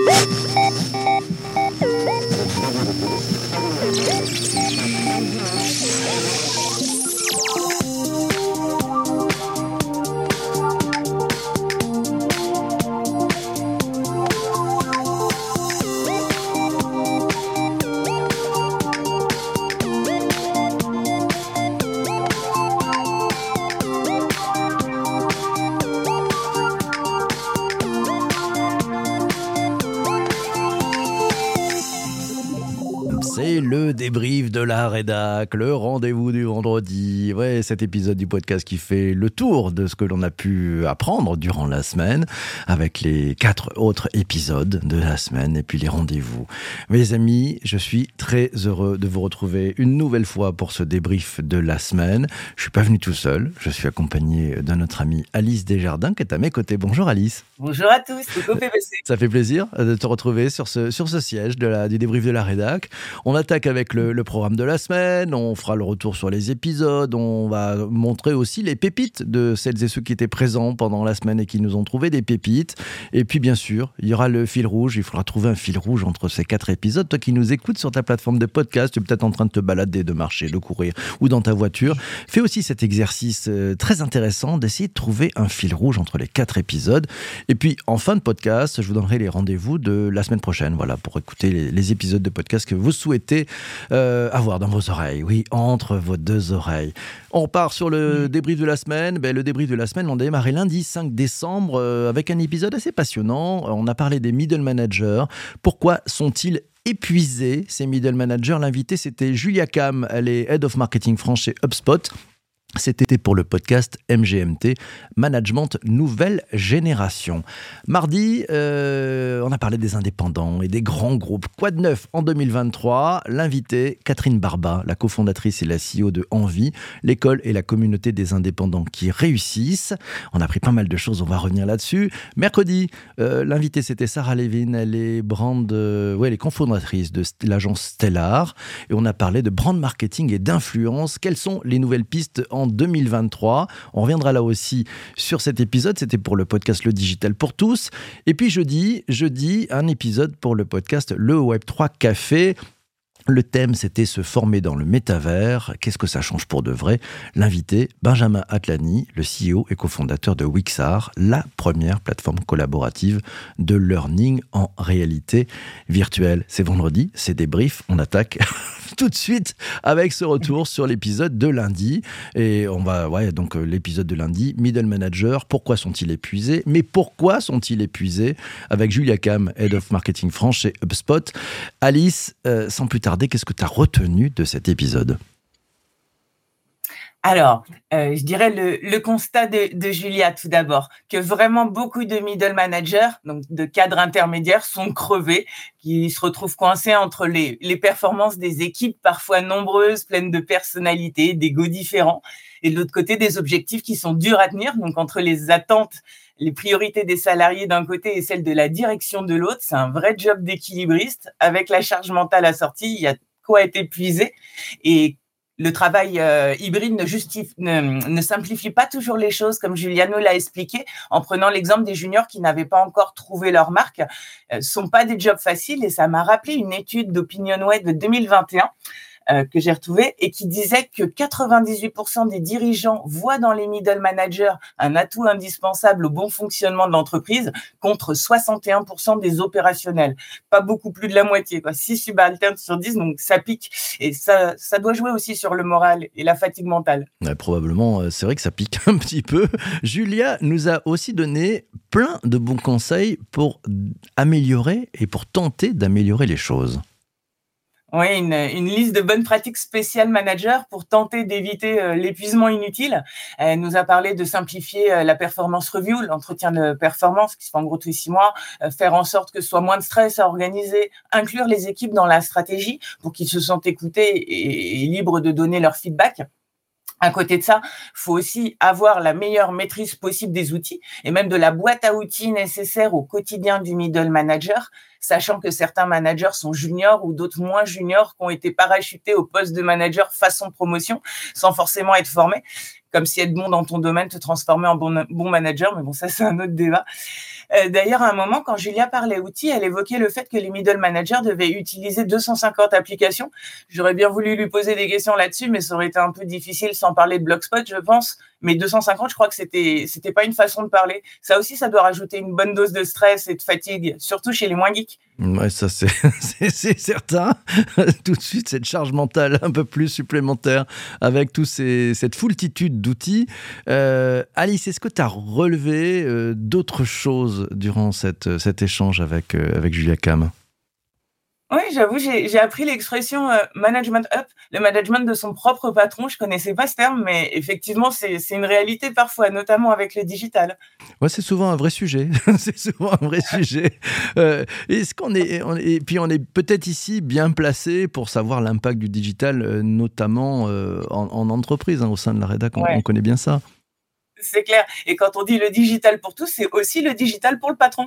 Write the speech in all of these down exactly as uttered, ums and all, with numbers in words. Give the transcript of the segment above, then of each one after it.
C'est le débrief de la rédac, le rendez-vous du vendredi. Ouais, cet épisode du podcast qui fait le tour de ce que l'on a pu apprendre durant la semaine, avec les quatre autres épisodes de la semaine et puis les rendez-vous. Mes amis, je suis très heureux de vous retrouver une nouvelle fois pour ce débrief de la semaine. Je suis pas venu tout seul, je suis accompagné de notre amie Alice Desjardins qui est à mes côtés. Bonjour Alice. Bonjour à tous, coucou P P C. Ça fait plaisir de te retrouver sur ce, sur ce siège de la, du débrief de la rédac. On attaque avec le, le programme de la semaine, on fera le retour sur les épisodes, on va montrer aussi les pépites de celles et ceux qui étaient présents pendant la semaine et qui nous ont trouvé des pépites. Et puis bien sûr, il y aura le fil rouge, il faudra trouver un fil rouge entre ces quatre épisodes. Toi qui nous écoutes sur ta plateforme de podcast, tu es peut-être en train de te balader, de marcher, de courir ou dans ta voiture. Fais aussi cet exercice très intéressant d'essayer de trouver un fil rouge entre les quatre épisodes. Et puis en fin de podcast, je vous donnerai les rendez-vous de la semaine prochaine, voilà, pour écouter les, les épisodes de podcast que vous souhaitez euh, avoir dans vos oreilles, oui, entre vos deux oreilles. On repart sur le débrief de la semaine. Ben, le débrief de la semaine, on a démarré lundi cinq décembre euh, avec un épisode assez passionnant. On a parlé des middle managers. Pourquoi sont-ils épuisés, ces middle managers? L'invité, c'était Julia Cam, elle est Head of Marketing France chez HubSpot. C'était pour le podcast M G M T, Management Nouvelle Génération. Mardi, euh, on a parlé des indépendants et des grands groupes. Quoi de neuf en deux mille vingt-trois? L'invité, Catherine Barba, la cofondatrice et la C E O de Envie, l'école et la communauté des indépendants qui réussissent. On a appris pas mal de choses, on va revenir là-dessus. Mercredi, euh, l'invité, c'était Sarah Levin, elle est brand, euh, ouais, elle est cofondatrice de l'agence Stellar. Et on a parlé de brand marketing et d'influence. Quelles sont les nouvelles pistes en deux mille vingt-trois. On reviendra là aussi sur cet épisode. C'était pour le podcast Le Digital pour tous. Et puis jeudi, jeudi, un épisode pour le podcast Le Web trois Café. Le thème, c'était se former dans le métavers. Qu'est-ce que ça change pour de vrai? L'invité, Benjamin Atlani, le C E O et cofondateur de Wixar, la première plateforme collaborative de learning en réalité virtuelle. C'est vendredi, c'est débrief, on attaque tout de suite avec ce retour sur l'épisode de lundi. Et on va, ouais, donc l'épisode de lundi, Middle Manager, pourquoi sont-ils épuisés? Mais pourquoi sont-ils épuisés? Avec Julia Cam, Head of Marketing France chez HubSpot. Alice, euh, sans plus tarder, qu'est-ce que tu as retenu de cet épisode? Alors, euh, je dirais le, le constat de, de Julia tout d'abord, que vraiment beaucoup de middle managers, donc de cadres intermédiaires, sont crevés, qui se retrouvent coincés entre les, les performances des équipes parfois nombreuses, pleines de personnalités, d'égos différents, et de l'autre côté des objectifs qui sont durs à tenir, donc entre les attentes, les priorités des salariés d'un côté et celles de la direction de l'autre. C'est un vrai job d'équilibriste. Avec la charge mentale assortie, il y a quoi être épuisé. Et le travail euh, hybride ne, justifie, ne, ne simplifie pas toujours les choses, comme Juliano l'a expliqué, en prenant l'exemple des juniors qui n'avaient pas encore trouvé leur marque. Ce euh, sont pas des jobs faciles, et ça m'a rappelé une étude d'OpinionWay de deux mille vingt et un euh, que j'ai retrouvée et qui disait que quatre-vingt-dix-huit pour cent des dirigeants voient dans les middle managers un atout indispensable au bon fonctionnement de l'entreprise, contre soixante et un pour cent des opérationnels. Pas beaucoup plus de la moitié, quoi. six subalternes sur dix, donc ça pique. Et ça, ça doit jouer aussi sur le moral et la fatigue mentale. Ouais, probablement, c'est vrai que ça pique un petit peu. Julia nous a aussi donné plein de bons conseils pour améliorer et pour tenter d'améliorer les choses. Oui, une, une liste de bonnes pratiques spéciales manager pour tenter d'éviter euh, l'épuisement inutile. Elle nous a parlé de simplifier euh, la performance review, l'entretien de performance qui se fait en gros tous les six mois, euh, faire en sorte que ce soit moins de stress à organiser, inclure les équipes dans la stratégie pour qu'ils se sentent écoutés et, et libres de donner leur feedback. À côté de ça, faut aussi avoir la meilleure maîtrise possible des outils et même de la boîte à outils nécessaire au quotidien du middle manager, sachant que certains managers sont juniors ou d'autres moins juniors qui ont été parachutés au poste de manager façon promotion sans forcément être formés. comme si être bon dans ton domaine te transformait en bon, bon manager. Mais bon, ça, c'est un autre débat. Euh, d'ailleurs, à un moment, quand Julia parlait outils, elle évoquait le fait que les middle managers devaient utiliser deux cent cinquante applications. J'aurais bien voulu lui poser des questions là-dessus, mais ça aurait été un peu difficile sans parler de Blogspot, je pense. Mais deux cent cinquante, je crois que c'était, c'était pas une façon de parler. Ça aussi, ça doit rajouter une bonne dose de stress et de fatigue, surtout chez les moins geeks. Ouais, ça c'est, c'est, c'est certain. Tout de suite, cette charge mentale un peu plus supplémentaire avec toute cette foultitude d'outils. Euh, Alice, est-ce que tu as relevé euh, d'autres choses durant cette, cet échange avec, euh, avec Julia Cam ? Oui, j'avoue, j'ai, j'ai appris l'expression euh, management up, le management de son propre patron. Je connaissais pas ce terme, mais effectivement, c'est, c'est une réalité parfois, notamment avec le digital. Ouais, c'est souvent un vrai sujet. c'est souvent un vrai sujet. Euh, est-ce qu'on est, on est, et puis on est peut-être ici bien placé pour savoir l'impact du digital, euh, notamment euh, en, en entreprise, hein, au sein de la rédac, on, ouais. on connaît bien ça. C'est clair. Et quand on dit le digital pour tous, c'est aussi le digital pour le patron.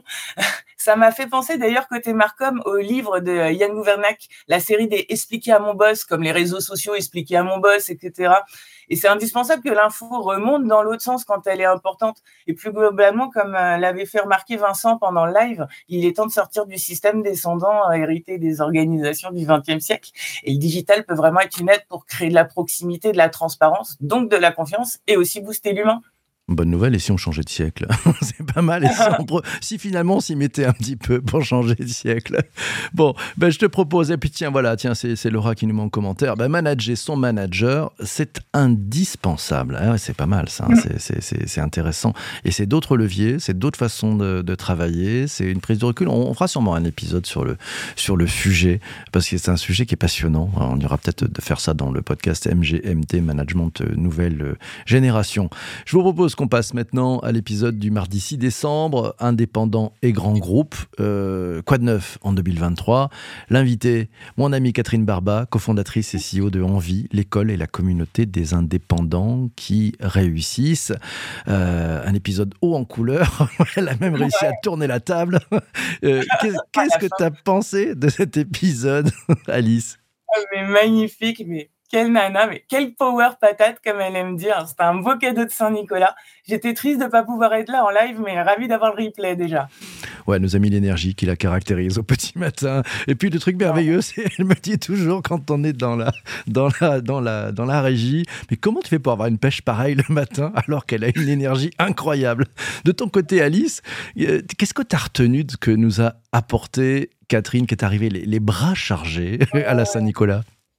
Ça m'a fait penser d'ailleurs côté Marcom au livre de Yann Gouvernac, la série des Expliquer à mon boss, comme les réseaux sociaux Expliquer à mon boss, et cetera. Et c'est indispensable que l'info remonte dans l'autre sens quand elle est importante. Et plus globalement, comme l'avait fait remarquer Vincent pendant le live, il est temps de sortir du système descendant hérité des organisations du vingtième siècle. Et le digital peut vraiment être une aide pour créer de la proximité, de la transparence, donc de la confiance et aussi booster l'humain. Bonne nouvelle, et si on changeait de siècle ? C'est pas mal, et si, on pro... si finalement on s'y mettait un petit peu pour changer de siècle. Bon, ben je te propose, et puis tiens, voilà, tiens, c'est, c'est Laura qui nous met en commentaire, ben manager son manager, c'est indispensable. Ah ouais, c'est pas mal ça, hein. c'est, c'est, c'est, c'est intéressant. Et c'est d'autres leviers, c'est d'autres façons de, de travailler, c'est une prise de recul. On, on fera sûrement un épisode sur le, sur le sujet, parce que c'est un sujet qui est passionnant. Alors, on ira peut-être de faire ça dans le podcast M G M T, Management Nouvelle Génération. Je vous propose qu'on passe maintenant à l'épisode du mardi six décembre, indépendant et grand groupe. Euh, quoi de neuf en deux mille vingt-trois ? L'invité, mon amie Catherine Barba, cofondatrice et C E O de Envie, l'école et la communauté des indépendants qui réussissent. Euh, un épisode haut en couleur. Elle a même réussi à tourner la table. Euh, qu'est-ce, qu'est-ce que tu as pensé de cet épisode, Alice ? Mais magnifique, mais... Quelle nana, mais quelle power patate, comme elle aime dire. C'était un beau cadeau de Saint-Nicolas. J'étais triste de ne pas pouvoir être là en live, mais ravie d'avoir le replay déjà. Ouais, elle nous a mis l'énergie qui la caractérise au petit matin. Et puis le truc merveilleux, c'est elle me dit toujours quand on est dans la, dans la, dans la, dans la régie, mais comment tu fais pour avoir une pêche pareille le matin alors qu'elle a une énergie incroyable ? De ton côté, Alice, qu'est-ce que tu as retenu de ce que nous a apporté Catherine, qui est arrivée les, les bras chargés à la Saint-Nicolas ?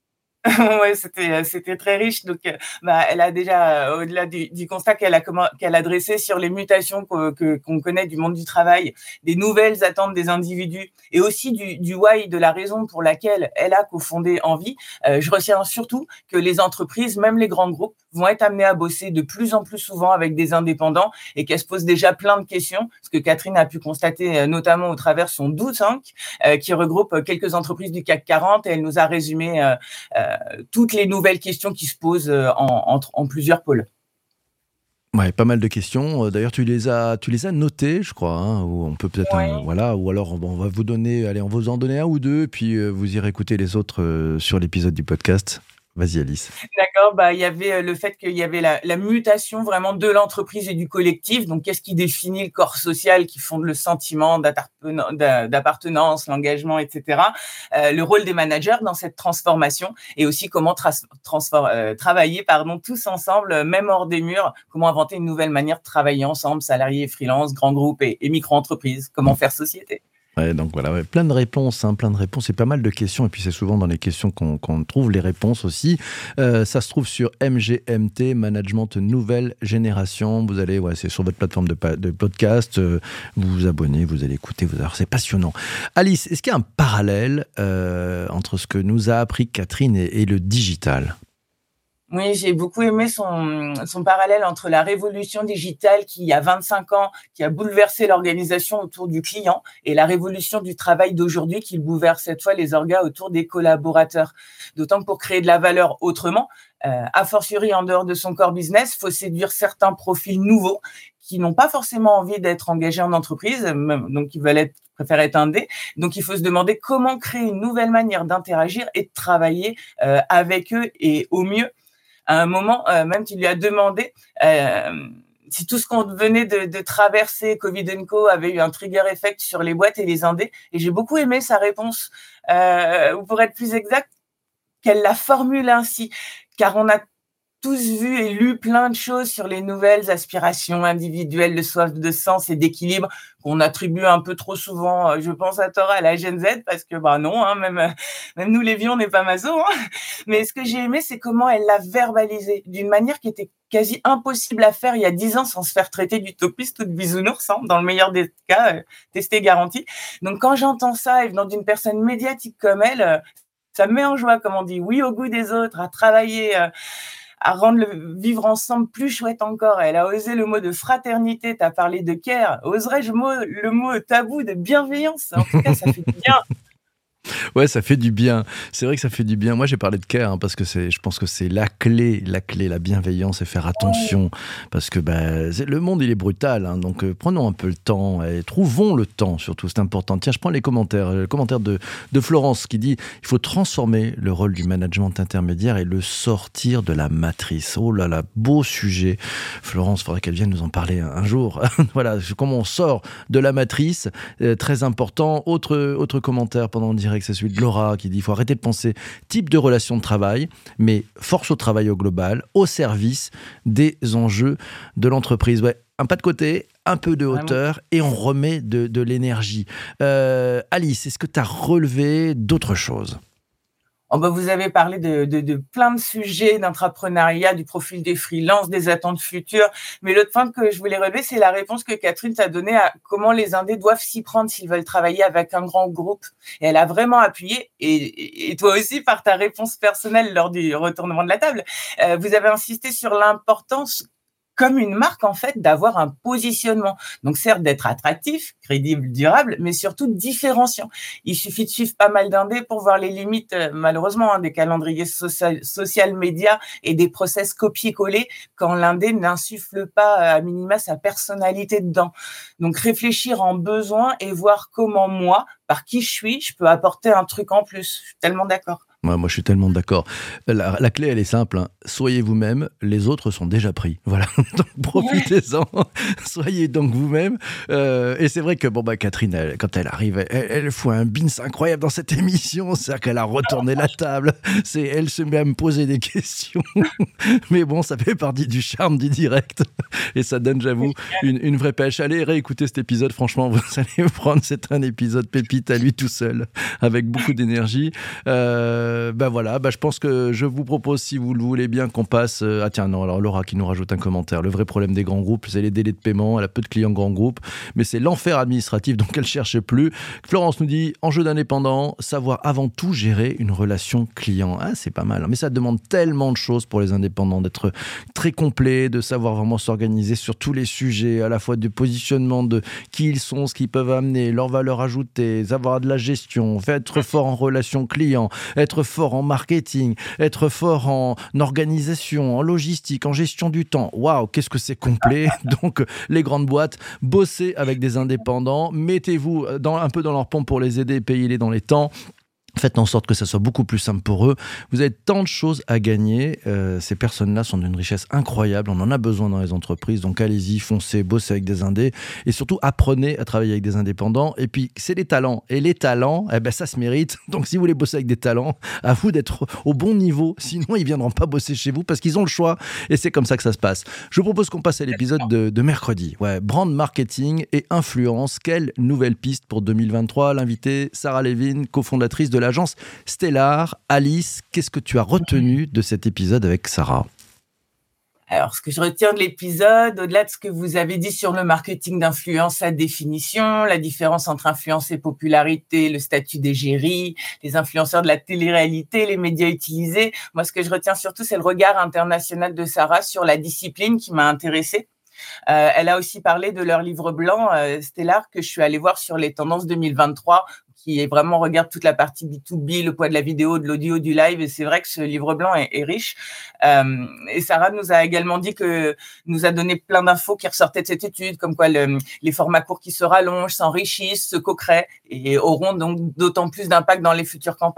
Ouais, c'était c'était très riche. Donc, bah, elle a déjà, euh, au-delà du, du constat qu'elle a comment, qu'elle a dressé sur les mutations que, que, qu'on connaît du monde du travail, des nouvelles attentes des individus, et aussi du, du why, de la raison pour laquelle elle a cofondé Envie. Euh, je retiens surtout que les entreprises, même les grands groupes, vont être amenés à bosser de plus en plus souvent avec des indépendants, et qu'elle se pose déjà plein de questions, ce que Catherine a pu constater notamment au travers de son Do cinq, euh, qui regroupe quelques entreprises du C A C quarante, et elle nous a résumé euh, euh, toutes les nouvelles questions qui se posent en, en, en plusieurs pôles. Ouais, pas mal de questions. D'ailleurs, tu les as, tu les as notées, je crois. Hein, ou on peut peut-être, ouais. un, voilà, ou alors bon, on va vous donner, allez, on va vous en donner un ou deux, puis euh, vous irez écouter les autres euh, sur l'épisode du podcast. Vas-y, Alice. D'accord, bah, il y avait le fait qu'il y avait la, la mutation vraiment de l'entreprise et du collectif. Donc, qu'est-ce qui définit le corps social qui fonde le sentiment d'appartenance, l'engagement, et cetera. Euh, le rôle des managers dans cette transformation, et aussi comment tra- transfor- euh, travailler pardon, tous ensemble, même hors des murs, comment inventer une nouvelle manière de travailler ensemble, salariés, freelance, grands groupes et, et micro-entreprises, comment faire société. Ouais, donc voilà, ouais, plein de réponses, hein, plein de réponses et pas mal de questions. Et puis c'est souvent dans les questions qu'on, qu'on trouve les réponses aussi. Euh, ça se trouve sur M G M T, Management Nouvelle Génération. Vous allez, ouais, c'est sur votre plateforme de, pa- de podcast. Euh, vous vous abonnez, vous allez écouter, vous allez, c'est passionnant. Alice, est-ce qu'il y a un parallèle euh, entre ce que nous a appris Catherine et, et le digital ? Oui, j'ai beaucoup aimé son, son parallèle entre la révolution digitale qui, il y a vingt-cinq ans, qui a bouleversé l'organisation autour du client, et la révolution du travail d'aujourd'hui qui bouleverse cette fois les orgas autour des collaborateurs. D'autant que pour créer de la valeur autrement, euh, a fortiori en dehors de son core business, il faut séduire certains profils nouveaux qui n'ont pas forcément envie d'être engagés en entreprise, donc ils veulent être préfèrent être indés. Donc, il faut se demander comment créer une nouvelle manière d'interagir et de travailler euh, avec eux et au mieux. À un moment, euh, même, tu lui as demandé euh, si tout ce qu'on venait de, de traverser, Covid and Co, avait eu un trigger effect sur les boîtes et les indés. Et j'ai beaucoup aimé sa réponse. Euh, ou pour être plus exact, qu'elle la formule ainsi. Car on a tous vu et lu plein de choses sur les nouvelles aspirations individuelles de soif de sens et d'équilibre qu'on attribue un peu trop souvent, je pense à tort, à la Gen Z, parce que bah non, hein, même même nous les vieux, on n'est pas maso. Hein. Mais ce que j'ai aimé, c'est comment elle l'a verbalisé d'une manière qui était quasi impossible à faire il y a dix ans sans se faire traiter d'utopiste ou de bisounours, hein, dans le meilleur des cas, euh, testé garanti. Donc quand j'entends ça et venant d'une personne médiatique comme elle, euh, ça me met en joie, comme on dit, oui au goût des autres, à travailler. Euh, à rendre le vivre ensemble plus chouette encore. Elle a osé le mot de fraternité, tu as parlé de care. Oserais-je mot, le mot tabou de bienveillance? En tout cas, ça fait du bien. Ouais, ça fait du bien. C'est vrai que ça fait du bien. Moi, j'ai parlé de care hein, parce que c'est, je pense que c'est la clé, la clé, la bienveillance et faire attention. Parce que bah, le monde, il est brutal. Hein, donc, euh, prenons un peu le temps et trouvons le temps, surtout. C'est important. Tiens, je prends les commentaires. Le commentaire de, de Florence qui dit il faut transformer le rôle du management intermédiaire et le sortir de la matrice. Oh là là, beau sujet. Florence, il faudrait qu'elle vienne nous en parler un, un jour. Voilà, comment on sort de la matrice. Euh, très important. Autre, autre commentaire pendant le direct, c'est celui de Laura qui dit il faut arrêter de penser type de relation de travail, mais force au travail au global, au service des enjeux de l'entreprise. Ouais, un pas de côté, un peu de hauteur et on remet de, de l'énergie. Euh, Alice, est-ce que tu as relevé d'autres choses ? Oh bah vous avez parlé de, de, de plein de sujets d'entrepreneuriat, du profil des freelances, des attentes futures. Mais l'autre point que je voulais relever, c'est la réponse que Catherine t'a donnée à comment les indés doivent s'y prendre s'ils veulent travailler avec un grand groupe. Et elle a vraiment appuyé, et, et toi aussi par ta réponse personnelle lors du retournement de la table, euh, vous avez insisté sur l'importance comme une marque, en fait, d'avoir un positionnement. Donc, certes, d'être attractif, crédible, durable, mais surtout différenciant. Il suffit de suivre pas mal d'indés pour voir les limites, euh, malheureusement, hein, des calendriers social, social médias et des process copier-coller quand l'indé n'insuffle pas, euh, à minima, sa personnalité dedans. Donc, réfléchir en besoin et voir comment moi, par qui je suis, je peux apporter un truc en plus. Je suis tellement d'accord. Ouais, moi, je suis tellement d'accord. La, la clé, elle est simple. Hein. Soyez vous-même, les autres sont déjà pris. Voilà. Donc, profitez-en. Soyez donc vous-même. Euh, et c'est vrai que, bon, bah, Catherine, elle, quand elle arrive, elle, elle fout un bins incroyable dans cette émission. C'est-à-dire qu'elle a retourné la table. C'est, elle se met à me poser des questions. Mais bon, ça fait partie du charme du direct. Et ça donne, j'avoue, une, une vraie pêche. Allez, réécoutez cet épisode. Franchement, vous allez vous prendre. C'est un épisode pépite à lui tout seul, avec beaucoup d'énergie. Euh, ben voilà, ben je pense que je vous propose, si vous le voulez bien, qu'on passe... Euh, ah tiens, non, alors Laura qui nous rajoute un commentaire. Le vrai problème des grands groupes, c'est les délais de paiement. Elle a peu de clients grands groupes, mais c'est l'enfer administratif, donc elle ne cherche plus. Florence nous dit, enjeu d'indépendant, savoir avant tout gérer une relation client. Ah, c'est pas mal, mais ça demande tellement de choses pour les indépendants, d'être très complet, de savoir vraiment s'organiser sur tous les sujets, à la fois du positionnement de qui ils sont, ce qu'ils peuvent amener, leur valeur ajoutée, avoir de la gestion, être fort en relation client, être fort en marketing, être fort en organisation, en logistique, en gestion du temps. Waouh, qu'est-ce que c'est complet. Donc, les grandes boîtes, bossez avec des indépendants, mettez-vous dans, un peu dans leur pompe pour les aider, payez-les dans les temps. Faites en sorte que ça soit beaucoup plus simple pour eux. Vous avez tant de choses à gagner. Euh, ces personnes-là sont d'une richesse incroyable. On en a besoin dans les entreprises. Donc allez-y, foncez, bossez avec des indés. Et surtout, apprenez à travailler avec des indépendants. Et puis, c'est les talents. Et les talents, eh ben, ça se mérite. Donc si vous voulez bosser avec des talents, à vous d'être au bon niveau. Sinon, ils ne viendront pas bosser chez vous parce qu'ils ont le choix. Et c'est comme ça que ça se passe. Je vous propose qu'on passe à l'épisode de, de mercredi. Ouais, brand marketing et influence. Quelle nouvelle piste pour deux mille vingt-trois. L'invitée, Sarah Levin, cofondatrice de la Agence Stellar. Alice, qu'est-ce que tu as retenu de cet épisode avec Sarah ? Alors, ce que je retiens de l'épisode, au-delà de ce que vous avez dit sur le marketing d'influence, sa définition, la différence entre influence et popularité, le statut d'égérie, les influenceurs de la télé-réalité, les médias utilisés, moi, ce que je retiens surtout, c'est le regard international de Sarah sur la discipline qui m'a intéressée. Euh, elle a aussi parlé de leur livre blanc, euh, Stellar, que je suis allée voir sur les tendances deux mille vingt-trois, qui est vraiment regarde toute la partie B deux B, le poids de la vidéo, de l'audio, du live. Et c'est vrai que ce livre blanc est, est riche. Euh, et Sarah nous a également dit que nous a donné plein d'infos qui ressortaient de cette étude, comme quoi le, les formats courts qui se rallongent, s'enrichissent, se co-créent et auront donc d'autant plus d'impact dans les futures campagnes.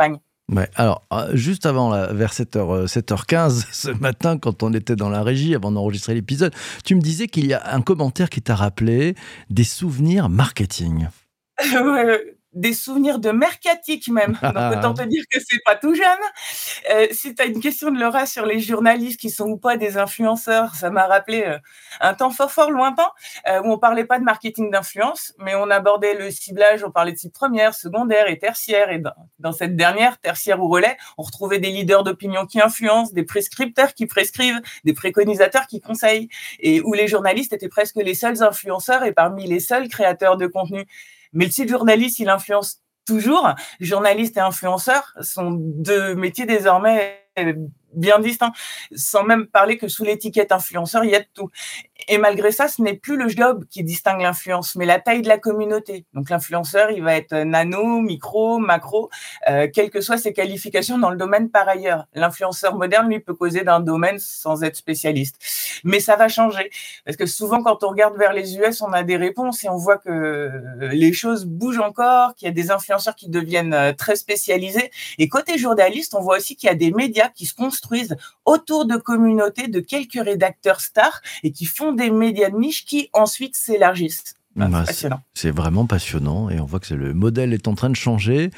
Ouais, alors, juste avant, là, vers sept heures, sept heures quinze, ce matin, quand on était dans la régie, avant d'enregistrer l'épisode, tu me disais qu'il y a un commentaire qui t'a rappelé des souvenirs marketing. Ouais, des souvenirs de mercatique même, donc autant te dire que c'est pas tout jeune. Euh, si tu as une question de Laura sur les journalistes qui sont ou pas des influenceurs, ça m'a rappelé euh, un temps fort fort lointain euh, où on parlait pas de marketing d'influence, mais on abordait le ciblage, on parlait de cible première, secondaire et tertiaire, et dans, dans cette dernière, tertiaire ou relais, on retrouvait des leaders d'opinion qui influencent, des prescripteurs qui prescrivent, des préconisateurs qui conseillent, et où les journalistes étaient presque les seuls influenceurs et parmi les seuls créateurs de contenu. Mais le style journaliste, il influence toujours. Journaliste et influenceur sont deux métiers désormais bien distincts, sans même parler que sous l'étiquette influenceur, il y a de tout. Et malgré ça, ce n'est plus le job qui distingue l'influence, mais la taille de la communauté. Donc l'influenceur, il va être nano, micro, macro, euh, quelles que soient ses qualifications dans le domaine par ailleurs. L'influenceur moderne, lui, peut causer d'un domaine sans être spécialiste. Mais ça va changer, parce que souvent, quand on regarde vers les U S, on a des réponses et on voit que les choses bougent encore, qu'il y a des influenceurs qui deviennent très spécialisés. Et côté journaliste, on voit aussi qu'il y a des médias qui se construisent autour de communautés de quelques rédacteurs stars et qui font des médias de niche qui ensuite s'élargissent. Ah, c'est passionnant. C'est, c'est vraiment passionnant et on voit que le modèle est en train de changer.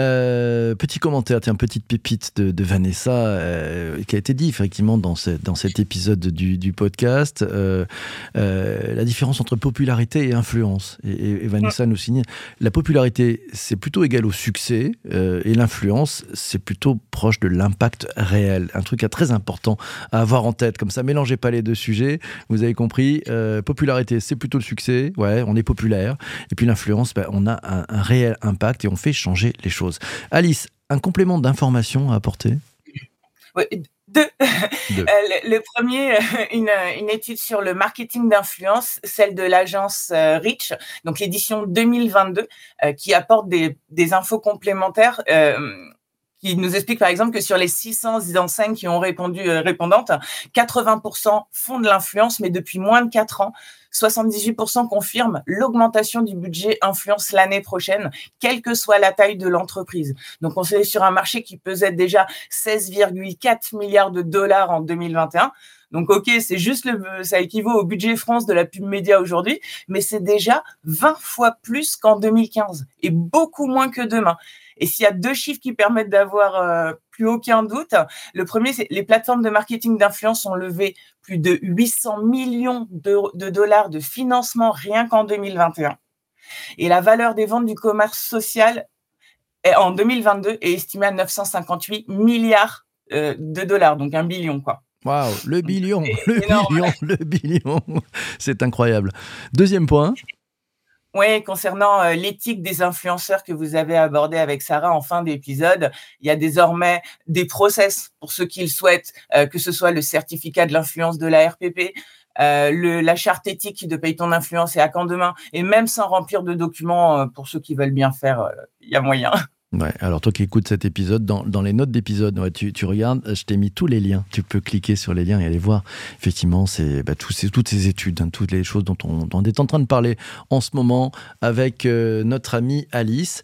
Euh, petit commentaire, tiens, petite pépite de, de Vanessa euh, qui a été dit effectivement dans, ce, dans cet épisode du, du podcast. Euh, euh, la différence entre popularité et influence. Et, et, et Vanessa mmh. nous signe la popularité, c'est plutôt égal au succès euh, et l'influence, c'est plutôt proche de l'impact réel. Un truc très important à avoir en tête. Comme ça, mélangez pas les deux sujets. Vous avez compris. Euh, popularité, c'est plutôt le succès. Ouais. On est populaire, et puis l'influence, ben, on a un, un réel impact et on fait changer les choses. Alice, un complément d'information à apporter ? Oui, deux. deux. Euh, le, le premier, une, une étude sur le marketing d'influence, celle de l'agence euh, Reach, donc l'édition deux mille vingt-deux, euh, qui apporte des, des infos complémentaires. Euh, qui nous explique par exemple que sur les six cents enseignes qui ont répondu euh, répondantes, quatre-vingts pour cent font de l'influence, mais depuis moins de quatre ans. soixante-dix-huit pour cent confirment l'augmentation du budget influence l'année prochaine, quelle que soit la taille de l'entreprise. Donc, on est sur un marché qui pesait déjà seize virgule quatre milliards de dollars en deux mille vingt et un. Donc, OK, c'est juste le, ça équivaut au budget France de la pub média aujourd'hui, mais c'est déjà vingt fois plus qu'en deux mille quinze et beaucoup moins que demain. Et s'il y a deux chiffres qui permettent d'avoir euh, plus aucun doute, le premier, c'est les plateformes de marketing d'influence ont levé plus de huit cents millions de, de dollars de financement rien qu'en deux mille vingt et un. Et la valeur des ventes du commerce social est, en deux mille vingt-deux est estimée à neuf cent cinquante-huit milliards euh, de dollars, donc un billion, quoi. Waouh, le billion, le énorme. billion, le billion. C'est incroyable. Deuxième point. Oui, concernant euh, l'éthique des influenceurs que vous avez abordé avec Sarah en fin d'épisode, il y a désormais des process pour ceux qui le souhaitent, euh, que ce soit le certificat de l'influence de la R P P, euh, le, la charte éthique de Paye ton influence et à quand demain, et même sans remplir de documents, euh, pour ceux qui veulent bien faire, euh, il y a moyen. Ouais, alors toi qui écoutes cet épisode, dans, dans les notes d'épisode, ouais, tu, tu regardes, je t'ai mis tous les liens. Tu peux cliquer sur les liens et aller voir. Effectivement, c'est bah, tous ces, toutes ces études, hein, toutes les choses dont on, dont on est en train de parler en ce moment avec euh, notre amie Alice.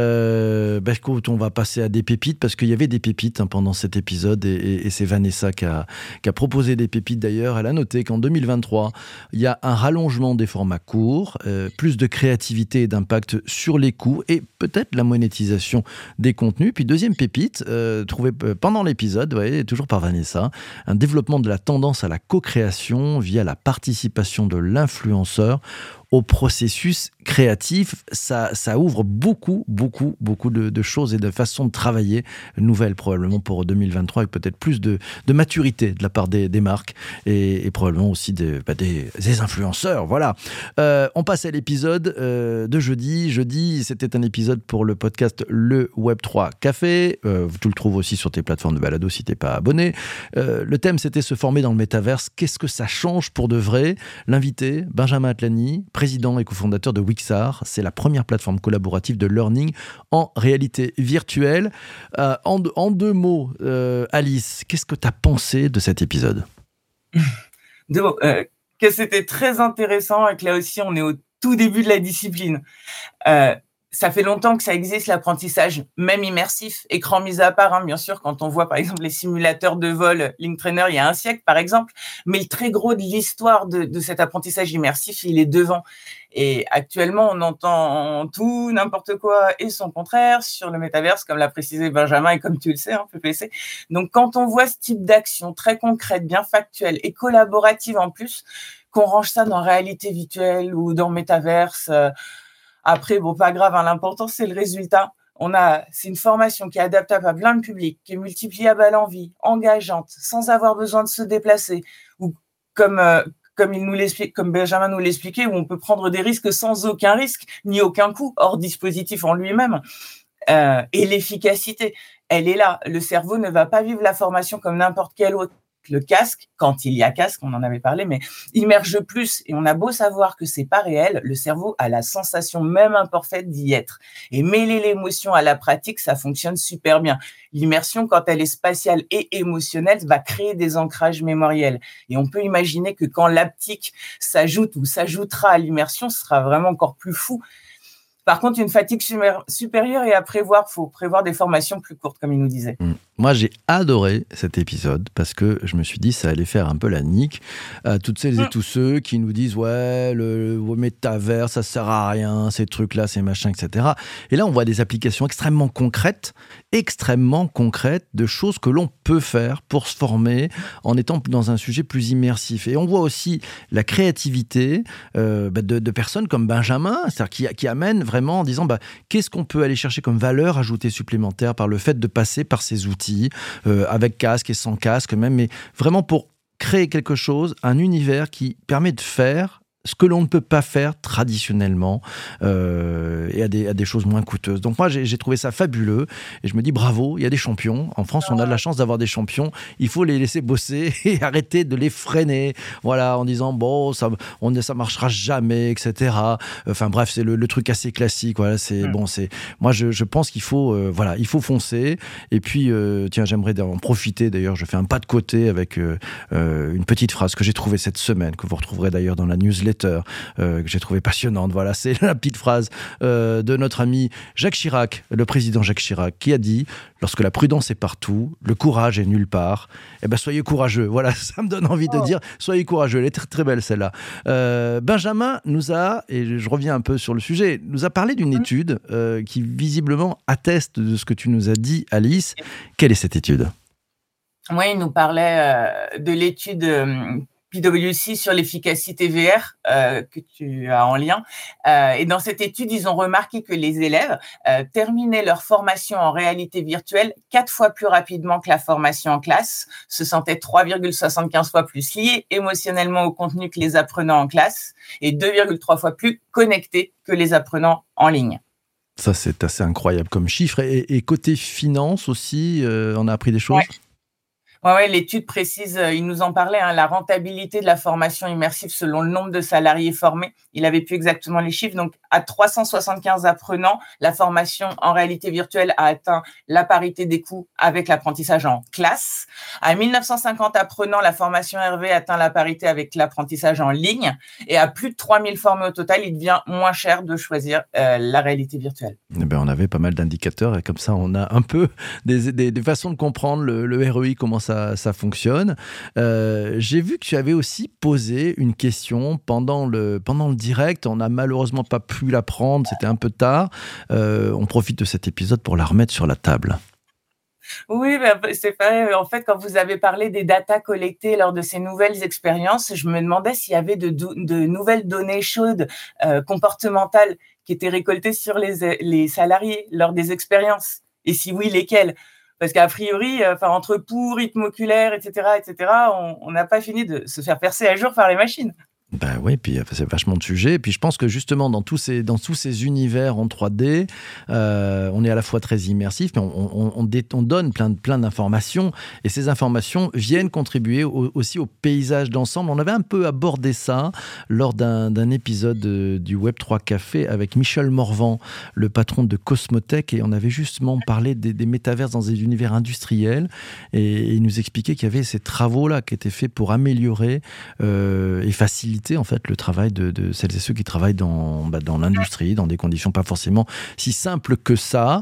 Euh, bah, écoute, on va passer à des pépites parce qu'il y avait des pépites hein, pendant cet épisode et, et, et c'est Vanessa qui a, qui a proposé des pépites d'ailleurs. Elle a noté qu'en deux mille vingt-trois, il y a un rallongement des formats courts, euh, plus de créativité et d'impact sur les coûts et peut-être la monétisation des contenus. Puis deuxième pépite, euh, trouvée pendant l'épisode, ouais, toujours par Vanessa, un développement de la tendance à la co-création via la participation de l'influenceur au processus créatif. Ça, ça ouvre beaucoup, beaucoup, beaucoup de, de choses et de façons de travailler nouvelles probablement pour deux mille vingt-trois avec peut-être plus de, de maturité de la part des, des marques et, et probablement aussi de, bah des, des influenceurs. Voilà. Euh, on passe à l'épisode euh, de jeudi. Jeudi, c'était un épisode pour le podcast Le Web trois Café. Euh, tu le trouves aussi sur tes plateformes de balado si t'es pas abonné. Euh, le thème, c'était se former dans le métaverse. Qu'est-ce que ça change pour de vrai ? L'invité, Benjamin Atlani, président et cofondateur de Wixar. C'est la première plateforme collaborative de learning en réalité virtuelle. Euh, en, en deux mots, euh, Alice, qu'est-ce que tu as pensé de cet épisode ? Deux mots. Euh, que c'était très intéressant et que là aussi, on est au tout début de la discipline. Euh, ça fait longtemps que ça existe, l'apprentissage, même immersif, écran mis à part, hein, bien sûr, quand on voit, par exemple, les simulateurs de vol Link Trainer il y a un siècle, par exemple. Mais le très gros de l'histoire de, de cet apprentissage immersif, il est devant. Et actuellement, on entend tout, n'importe quoi et son contraire sur le métaverse, comme l'a précisé Benjamin et comme tu le sais, hein, P P C. Donc, quand on voit ce type d'action très concrète, bien factuelle et collaborative en plus, qu'on range ça dans réalité virtuelle ou dans métaverse, euh, après, bon, pas grave, hein, l'important, c'est le résultat. On a, c'est une formation qui est adaptable à plein de publics, qui est multipliable à l'envie, engageante, sans avoir besoin de se déplacer, ou comme, euh, comme il nous l'explique, comme Benjamin nous l'expliquait, où on peut prendre des risques sans aucun risque, ni aucun coût, hors dispositif en lui-même. Euh, et l'efficacité, elle est là. Le cerveau ne va pas vivre la formation comme n'importe quel autre. Le casque, quand il y a casque, on en avait parlé, mais immerge plus. Et on a beau savoir que c'est pas réel, le cerveau a la sensation même imparfaite d'y être. Et mêler l'émotion à la pratique, ça fonctionne super bien. L'immersion, quand elle est spatiale et émotionnelle, va créer des ancrages mémoriels. Et on peut imaginer que quand l'haptique s'ajoute ou s'ajoutera à l'immersion, ce sera vraiment encore plus fou. Par contre, une fatigue supérieure est à prévoir. Il faut prévoir des formations plus courtes, comme il nous disait. Mmh. Moi, j'ai adoré cet épisode parce que je me suis dit ça allait faire un peu la nique à toutes celles et tous ceux qui nous disent ouais, le, le métavers, ça sert à rien, ces trucs-là, ces machins, et cetera. Et là, on voit des applications extrêmement concrètes, extrêmement concrètes de choses que l'on peut faire pour se former en étant dans un sujet plus immersif. Et on voit aussi la créativité euh, bah de, de personnes comme Benjamin, c'est-à-dire qui, qui amène vraiment en disant bah, qu'est-ce qu'on peut aller chercher comme valeur ajoutée supplémentaire par le fait de passer par ces outils. Euh, avec casque et sans casque même, mais vraiment pour créer quelque chose, un univers qui permet de faire ce que l'on ne peut pas faire traditionnellement euh, et à des, à des choses moins coûteuses. Donc moi, j'ai, j'ai trouvé ça fabuleux et je me dis bravo, il y a des champions. En France, on a de la chance d'avoir des champions. Il faut les laisser bosser et arrêter de les freiner, voilà, en disant bon, ça on ça marchera jamais, et cetera. Enfin bref, c'est le, le truc assez classique. Voilà, c'est mmh. bon, c'est moi je, je pense qu'il faut euh, voilà, il faut foncer. Et puis euh, tiens, j'aimerais en profiter. D'ailleurs, je fais un pas de côté avec euh, euh, une petite phrase que j'ai trouvée cette semaine, que vous retrouverez d'ailleurs dans la newsletter. Euh, que j'ai trouvé passionnante. Voilà, c'est la petite phrase euh, de notre ami Jacques Chirac, le président Jacques Chirac, qui a dit « Lorsque la prudence est partout, le courage est nulle part, eh ben soyez courageux. » Voilà, ça me donne envie de dire « Soyez courageux ». Elle est très, très belle, celle-là. Euh, Benjamin nous a, et je reviens un peu sur le sujet, nous a parlé d'une étude euh, qui visiblement atteste de ce que tu nous as dit, Alice. Quelle est cette étude ? Oui, il nous parlait euh, de l'étude... Euh, P W C sur l'efficacité V R euh, que tu as en lien. Euh, et dans cette étude, ils ont remarqué que les élèves euh, terminaient leur formation en réalité virtuelle quatre fois plus rapidement que la formation en classe, se sentaient trois virgule soixante-quinze fois plus liés émotionnellement au contenu que les apprenants en classe et deux virgule trois fois plus connectés que les apprenants en ligne. Ça, c'est assez incroyable comme chiffre. Et, et côté finance aussi, euh, on a appris des choses ? Ouais. Ouais, ouais, l'étude précise, euh, il nous en parlait, hein, la rentabilité de la formation immersive selon le nombre de salariés formés. Il avait plus exactement les chiffres. Donc, à trois cent soixante-quinze apprenants, la formation en réalité virtuelle a atteint la parité des coûts avec l'apprentissage en classe. À mille neuf cent cinquante apprenants, la formation R V atteint la parité avec l'apprentissage en ligne. Et à plus de trois mille formés au total, il devient moins cher de choisir euh, la réalité virtuelle. Eh ben, on avait pas mal d'indicateurs et comme ça, on a un peu des, des, des façons de comprendre le, le R E I, comment ça Ça, ça fonctionne. Euh, j'ai vu que tu avais aussi posé une question pendant le, pendant le direct. On n'a malheureusement pas pu la prendre, c'était un peu tard. Euh, on profite de cet épisode pour la remettre sur la table. Oui, c'est vrai. En fait, quand vous avez parlé des datas collectées lors de ces nouvelles expériences, je me demandais s'il y avait de, de nouvelles données chaudes, euh, comportementales, qui étaient récoltées sur les, les salariés lors des expériences. Et si oui, lesquelles ? Parce qu'a priori, enfin, entre pouls, rythme oculaire, et cetera, et cetera, on n'a pas fini de se faire percer à jour par les machines. Ben oui, puis c'est vachement de sujets. Et puis je pense que justement, dans tous ces, dans tous ces univers en trois D, euh, on est à la fois très immersif, mais on, on, on, dé, on donne plein, plein d'informations. Et ces informations viennent contribuer au, aussi au paysage d'ensemble. On avait un peu abordé ça lors d'un, d'un épisode du Web trois Café avec Michel Morvan, le patron de Cosmotech. Et on avait justement parlé des, des métaverses dans des univers industriels. Et, et il nous expliquait qu'il y avait ces travaux-là qui étaient faits pour améliorer euh, et faciliter faciliter en fait le travail de, de celles et ceux qui travaillent dans, bah, dans l'industrie, dans des conditions pas forcément si simples que ça.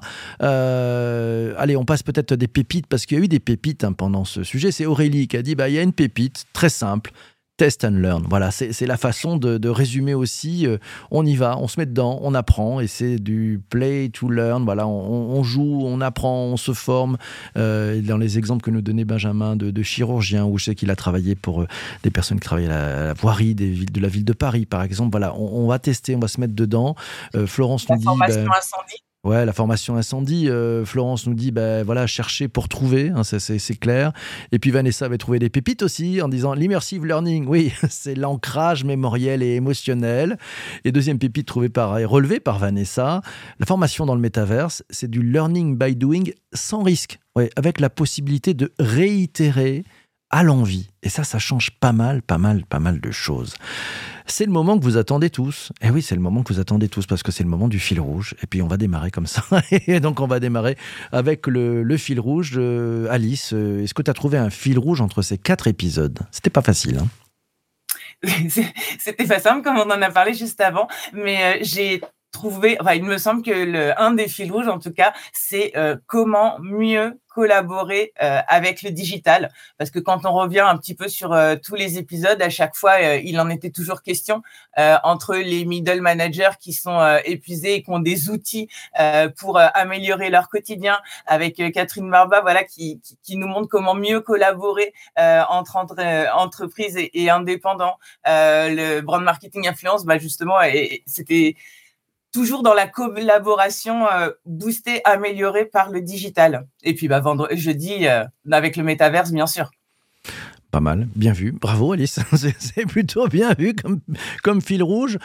Euh, allez, on passe peut-être des pépites, parce qu'il y a eu des pépites hein, pendant ce sujet. C'est Aurélie qui a dit, bah, il y a une pépite très simple. Test and learn. Voilà, c'est, c'est la façon de, de résumer aussi. Euh, on y va, on se met dedans, on apprend, et c'est du play to learn. Voilà, on, on joue, on apprend, on se forme. Euh, dans les exemples que nous donnait Benjamin de, de chirurgien, où je sais qu'il a travaillé pour euh, des personnes qui travaillent à la, à la voirie des villes, de la ville de Paris, par exemple. Voilà, on, on va tester, on va se mettre dedans. Euh, Florence La nous dit... formation Ben, incendie. Ouais, la formation incendie. Euh, Florence nous dit, ben voilà, chercher pour trouver, hein, c'est, c'est, c'est clair. Et puis Vanessa avait trouvé des pépites aussi en disant l'immersive learning. Oui, c'est l'ancrage mémoriel et émotionnel. Et deuxième pépite trouvée par et relevée par Vanessa, la formation dans le métaverse, c'est du learning by doing sans risque. Ouais, avec la possibilité de réitérer à l'envie. Et ça, ça change pas mal, pas mal, pas mal de choses. C'est le moment que vous attendez tous. Et oui, c'est le moment que vous attendez tous, parce que c'est le moment du fil rouge. Et puis, on va démarrer comme ça. Et donc, on va démarrer avec le, le fil rouge. Euh, Alice, euh, est-ce que tu as trouvé un fil rouge entre ces quatre épisodes ? C'était pas facile, hein ? C'était pas simple, comme on en a parlé juste avant. Mais euh, j'ai trouvé... Enfin, il me semble que le, un des fils rouges, en tout cas, c'est euh, comment mieux collaborer euh, avec le digital, parce que quand on revient un petit peu sur euh, tous les épisodes, à chaque fois euh, il en était toujours question euh, entre les middle managers qui sont euh, épuisés et qui ont des outils euh, pour euh, améliorer leur quotidien, avec euh, Catherine Barba, voilà, qui, qui, qui nous montre comment mieux collaborer euh, entre, entre euh, entreprises et, et indépendants. Euh, le brand marketing influence, bah justement, et, et c'était toujours dans la collaboration euh, boostée, améliorée par le digital. Et puis, bah, vendredi, jeudi, euh, avec le métaverse, bien sûr. Pas mal, bien vu. Bravo Alice, c'est, c'est plutôt bien vu comme, comme fil rouge.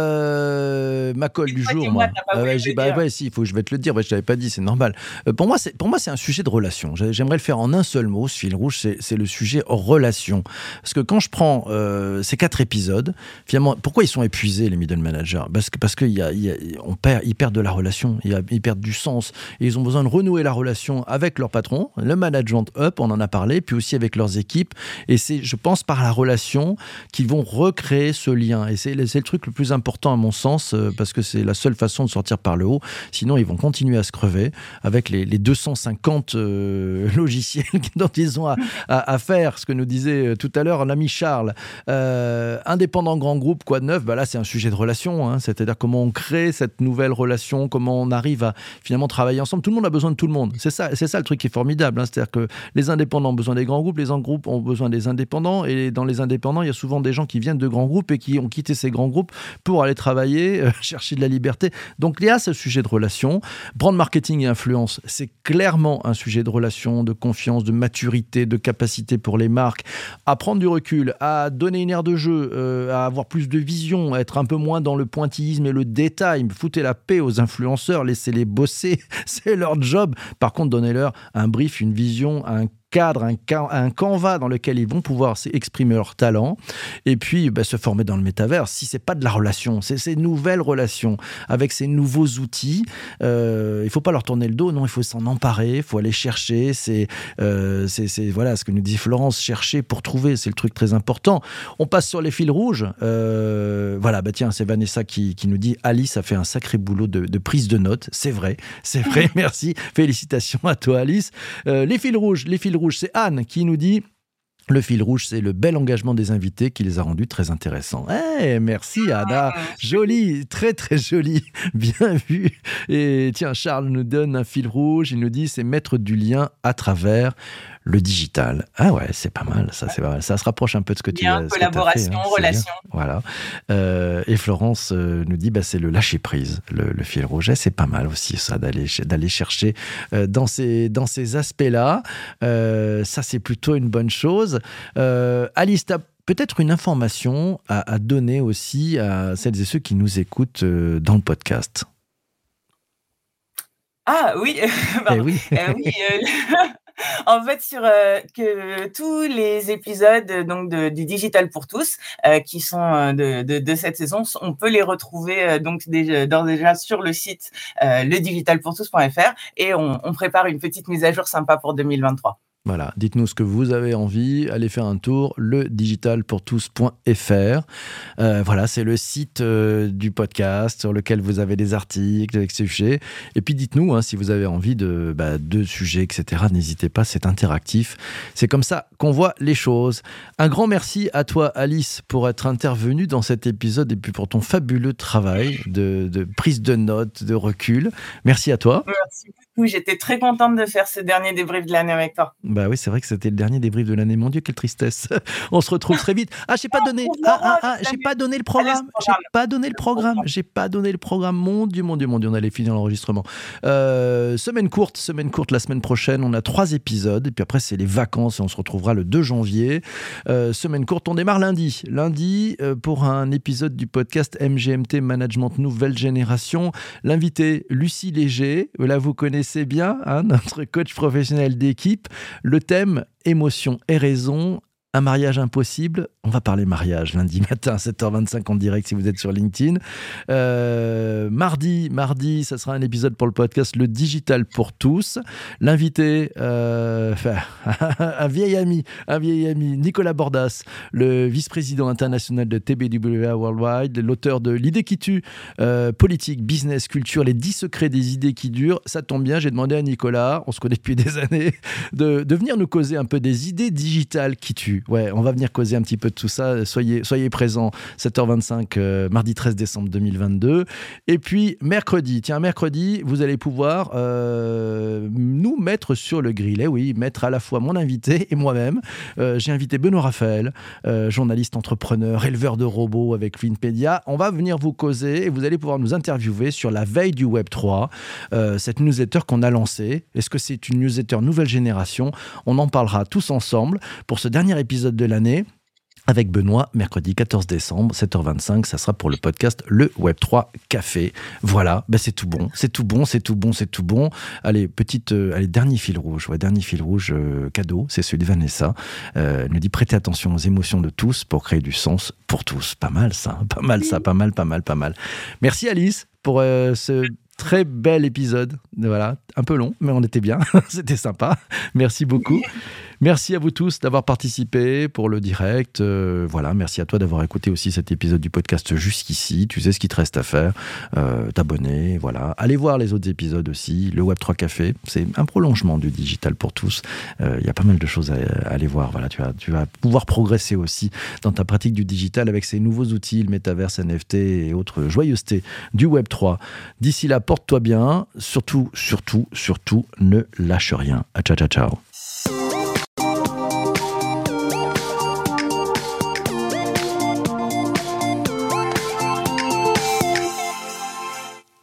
Euh, ma colle du jour, moi. Ah ouais, j'ai, bah, ouais, si, il faut que je vais te le dire. Ouais, je t'avais pas dit, c'est normal. Euh, pour moi, c'est pour moi, c'est un sujet de relation. J'aimerais le faire en un seul mot. Ce fil rouge, c'est, c'est le sujet relation. Parce que quand je prends euh, ces quatre épisodes, finalement, pourquoi ils sont épuisés les middle managers ? Parce que parce qu'il y a, il y a, on perd, ils perdent de la relation, il y a, ils perdent du sens, et ils ont besoin de renouer la relation avec leur patron, le management up, on en a parlé, puis aussi avec leurs équipes. Et c'est, je pense, par la relation qu'ils vont recréer ce lien. Et c'est, c'est le truc le plus important à mon sens, euh, parce que c'est la seule façon de sortir par le haut. Sinon, ils vont continuer à se crever avec les, les deux cent cinquante euh, logiciels dont ils ont à, à, à faire. Ce que nous disait tout à l'heure l'ami Charles. Euh, indépendant grand groupe, quoi de neuf ? Bah là, c'est un sujet de relation. Hein, c'est-à-dire comment on crée cette nouvelle relation, comment on arrive à finalement travailler ensemble. Tout le monde a besoin de tout le monde. C'est ça, c'est ça le truc qui est formidable. Hein, c'est-à-dire que les indépendants ont besoin des grands groupes, les grands groupes ont besoin des indépendants, et dans les indépendants, il y a souvent des gens qui viennent de grands groupes et qui ont quitté ces grands groupes pour aller travailler, euh, chercher de la liberté. Donc il y a ce sujet de relation. Brand marketing et influence, c'est clairement un sujet de relation, de confiance, de maturité, de capacité pour les marques à prendre du recul, à donner une aire de jeu, euh, à avoir plus de vision, à être un peu moins dans le pointillisme et le détail. Foutez la paix aux influenceurs, laissez-les bosser, c'est leur job. Par contre, donnez-leur un brief, une vision, un cadre, un, un canevas dans lequel ils vont pouvoir exprimer leur talent, et puis bah, se former dans le métavers. Si c'est pas de la relation, c'est ces nouvelles relations avec ces nouveaux outils, euh, il faut pas leur tourner le dos, non, il faut s'en emparer, il faut aller chercher, c'est, euh, c'est, c'est voilà ce que nous dit Florence, chercher pour trouver, c'est le truc très important. On passe sur les fils rouges, euh, voilà, bah tiens, c'est Vanessa qui, qui nous dit Alice a fait un sacré boulot de, de prise de notes, c'est vrai, c'est vrai, merci, félicitations à toi Alice. Euh, les fils rouges, les fils rouges, c'est Anne qui nous dit le fil rouge, c'est le bel engagement des invités qui les a rendus très intéressants. Eh, merci Anna, joli, très très joli, bien vu. Et tiens, Charles nous donne un fil rouge, il nous dit c'est mettre du lien à travers le digital. Ah ouais, c'est pas mal, ça, c'est pas mal. Ça se rapproche un peu de ce que tu as fait. Collaboration, hein, relation. Voilà. Euh, et Florence euh, nous dit, bah, c'est le lâcher prise, le, le fil rouge. Et c'est pas mal aussi ça d'aller d'aller chercher euh, dans ces dans ces aspects-là. Euh, ça, c'est plutôt une bonne chose. Euh, Alice, t'as peut-être une information à, à donner aussi à celles et ceux qui nous écoutent euh, dans le podcast. Ah oui, eh oui. euh, oui euh, en fait, sur euh, que tous les épisodes donc de, du Digital pour tous euh, qui sont euh, de, de, de cette saison, on peut les retrouver euh, donc déjà, d'ores et déjà sur le site euh, le digital pour tous point f r, et on, on prépare une petite mise à jour sympa pour deux mille vingt-trois. Voilà, dites-nous ce que vous avez envie, allez faire un tour, le digital pour tous point f r. Euh, voilà, c'est le site euh, du podcast sur lequel vous avez des articles avec ces sujets. Et puis dites-nous hein, si vous avez envie de, bah, de sujets, et cetera. N'hésitez pas, c'est interactif. C'est comme ça qu'on voit les choses. Un grand merci à toi, Alice, pour être intervenue dans cet épisode et puis pour ton fabuleux travail de, de prise de notes, de recul. Merci à toi. Merci beaucoup, j'étais très contente de faire ce dernier débrief de l'année avec toi. Bah oui, c'est vrai que c'était le dernier débrief de l'année. Mon Dieu, quelle tristesse. On se retrouve très vite. Ah, j'ai pas donné. Ah, ah, ah, j'ai pas donné le programme. J'ai pas donné le programme. J'ai pas donné le programme. Mon Dieu, mon Dieu, mon Dieu, on allait finir l'enregistrement. Euh, semaine courte, semaine courte la semaine prochaine. On a trois épisodes. Et puis après, c'est les vacances et on se retrouvera le deux janvier. Euh, semaine courte, on démarre lundi. Lundi, euh, pour un épisode du podcast M G M T Management Nouvelle Génération. L'invité, Lucie Léger. Là, vous connaissez bien, hein, notre coach professionnel d'équipe. Le thème, émotion et raison, un mariage impossible. On va parler mariage lundi matin à sept heures vingt-cinq en direct si vous êtes sur LinkedIn. Euh, mardi, mardi, ça sera un épisode pour le podcast Le Digital pour tous. L'invité, euh, un vieil ami, un vieil ami, Nicolas Bordas, le vice-président international de T B W A Worldwide, l'auteur de L'idée qui tue, euh, politique, business, culture, les dix secrets des idées qui durent. Ça tombe bien, j'ai demandé à Nicolas, on se connaît depuis des années, de, de venir nous causer un peu des idées digitales qui tuent. Ouais, on va venir causer un petit peu de tout ça. Soyez, soyez présents, sept heures vingt-cinq, euh, mardi treize décembre deux mille vingt-deux. Et puis, mercredi, tiens, mercredi, vous allez pouvoir euh, nous mettre sur le grill. Eh oui, mettre à la fois mon invité et moi-même. Euh, j'ai invité Benoît Raphaël, euh, journaliste, entrepreneur, éleveur de robots avec Winpedia. On va venir vous causer et vous allez pouvoir nous interviewer sur la veille du Web trois, euh, cette newsletter qu'on a lancée. Est-ce que c'est une newsletter nouvelle génération ? On en parlera tous ensemble pour ce dernier épisode épisode de l'année avec Benoît, mercredi quatorze décembre, sept heures vingt-cinq, ça sera pour le podcast Le Web trois Café. Voilà, ben c'est tout bon, c'est tout bon, c'est tout bon, c'est tout bon. Allez, petite, euh, allez, dernier fil rouge, ouais, dernier fil rouge euh, cadeau, c'est celui de Vanessa. Euh, elle nous dit prêtez attention aux émotions de tous pour créer du sens pour tous. Pas mal ça, pas mal ça, pas mal, pas mal, pas mal. Merci Alice pour euh, ce très bel épisode. Voilà, un peu long, mais on était bien, c'était sympa. Merci beaucoup. Merci à vous tous d'avoir participé pour le direct. Euh, voilà, merci à toi d'avoir écouté aussi cet épisode du podcast jusqu'ici. Tu sais ce qu'il te reste à faire, euh, t'abonner, voilà. Allez voir les autres épisodes aussi. Le Web trois Café, c'est un prolongement du digital pour tous. Il euh, y a pas mal de choses à, à aller voir. Voilà, tu vas, tu vas pouvoir progresser aussi dans ta pratique du digital avec ces nouveaux outils, le métaverse, N F T et autres joyeusetés du Web trois. D'ici là, porte-toi bien. Surtout, surtout, surtout, ne lâche rien. Ciao, ciao, ciao.